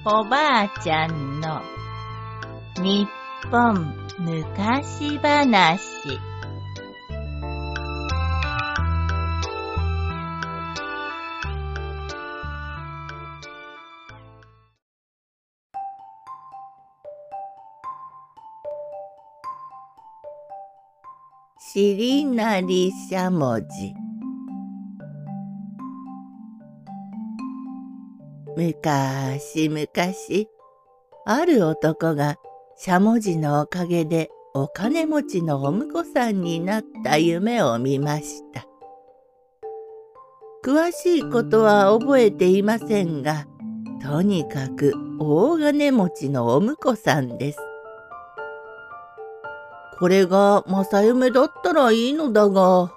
おばあちゃんの日本昔話。尻なりしゃもじ。むかしむかし、ある男がしゃもじのおかげでお金持ちのお婿さんになった夢を見ました。詳しいことは覚えていませんが、とにかく大金持ちのお婿さんです。これが正夢だったらいいのだが。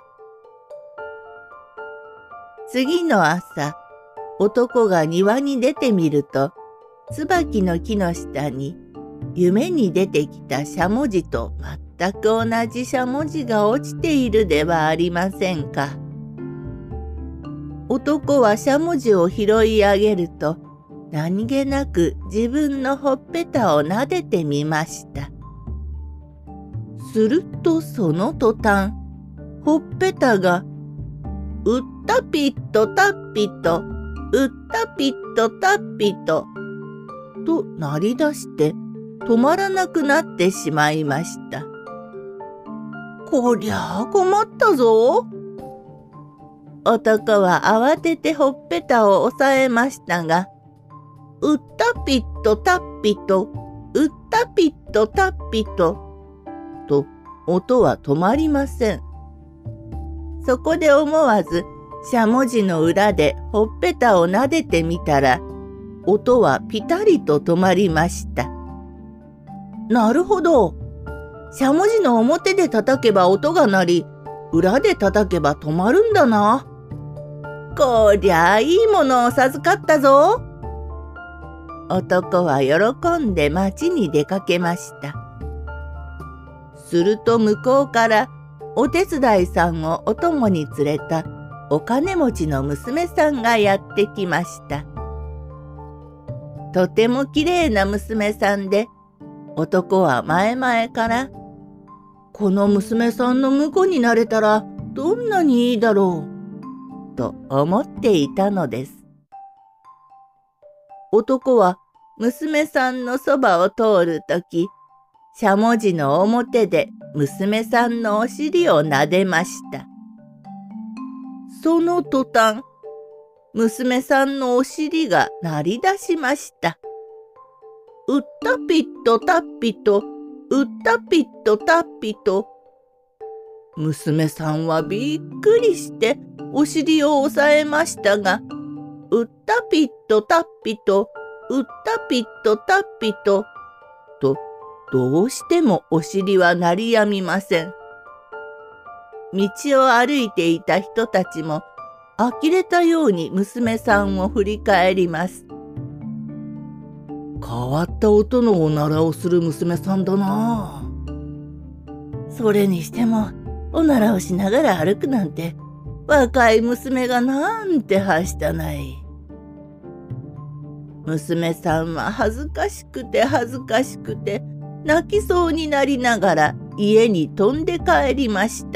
次の朝、男が庭に出てみると、椿の木の下に夢に出てきたしゃもじと全く同じしゃもじが落ちているではありませんか。男はしゃもじを拾い上げると、何気なく自分のほっぺたを撫でてみました。するとその途端、ほっぺたがうったぴっとたっぴと、うったぴっとたっぴと、と鳴り出して止まらなくなってしまいました。こりゃあ困ったぞ。男は慌ててほっぺたを押さえましたが、うったぴっとたっぴと、うったぴっとたっぴと、と音は止まりません。そこで思わずしゃもじの裏でほっぺたを撫でてみたら、音はピタリと止まりました。なるほど。しゃもじの表で叩けば音が鳴り、裏で叩けば止まるんだな。こりゃあいいものを授かったぞ。男は喜んで町に出かけました。すると向こうからお手伝いさんをお供に連れたお金持ちの娘さんがやってきました。とてもきれいな娘さんで、男は前々からこの娘さんの婿になれたらどんなにいいだろうと思っていたのです。男は娘さんのそばを通るとき、しゃもじの表で娘さんのお尻を撫でました。その途端、娘さんのお尻が鳴り出しました。うったぴっとたっぴと、うったぴっとたっぴと。娘さんはびっくりしてお尻を押さえましたが、うったぴっとたっぴと、うったぴっとたっぴと、と、どうしてもお尻は鳴りやみません。道を歩いていた人たちも呆れたように娘さんを振り返ります。変わった音のおならをする娘さんだな。それにしてもおならをしながら歩くなんて若い娘がなんてはしたない。娘さんは恥ずかしくて恥ずかしくて泣きそうになりながら家に飛んで帰りました。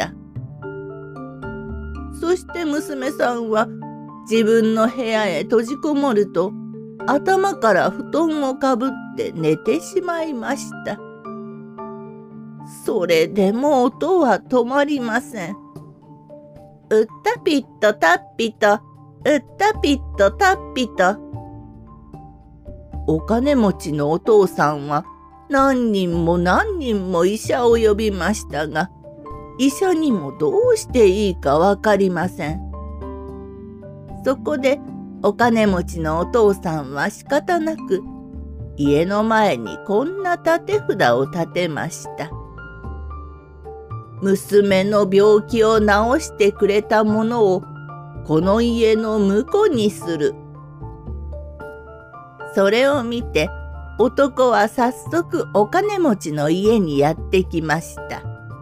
そして娘さんは自分の部屋へ閉じこもると、頭から布団をかぶって寝てしまいました。それでも音は止まりません。うったぴっとたっぴと、うったぴっとたっぴと。お金持ちのお父さんは何人も何人も医者を呼びましたが、医者にもどうしていいかわかりません。そこでお金持ちのお父さんは仕方なく家の前にこんな立て札を立てました。娘の病気を治してくれたものをこの家の婿にする。それを見て男は早速お金持ちの家にやってきました。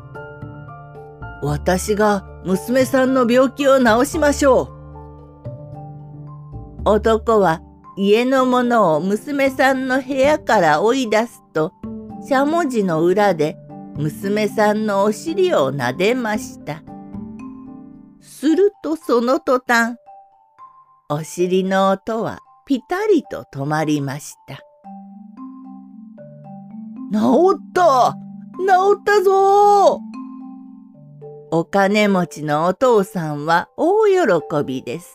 私が娘さんの病気を治しましょう。男は家の者を娘さんの部屋から追い出すと、しゃもじの裏で娘さんのお尻を撫でました。するとその途端、お尻の音はぴたりと止まりました。治った治ったぞー。お金持ちのお父さんは大喜びです。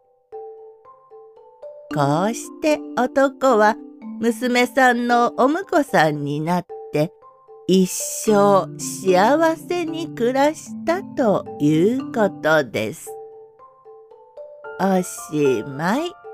こうして男は娘さんのお婿さんになって一生幸せに暮らしたということです。おしまい。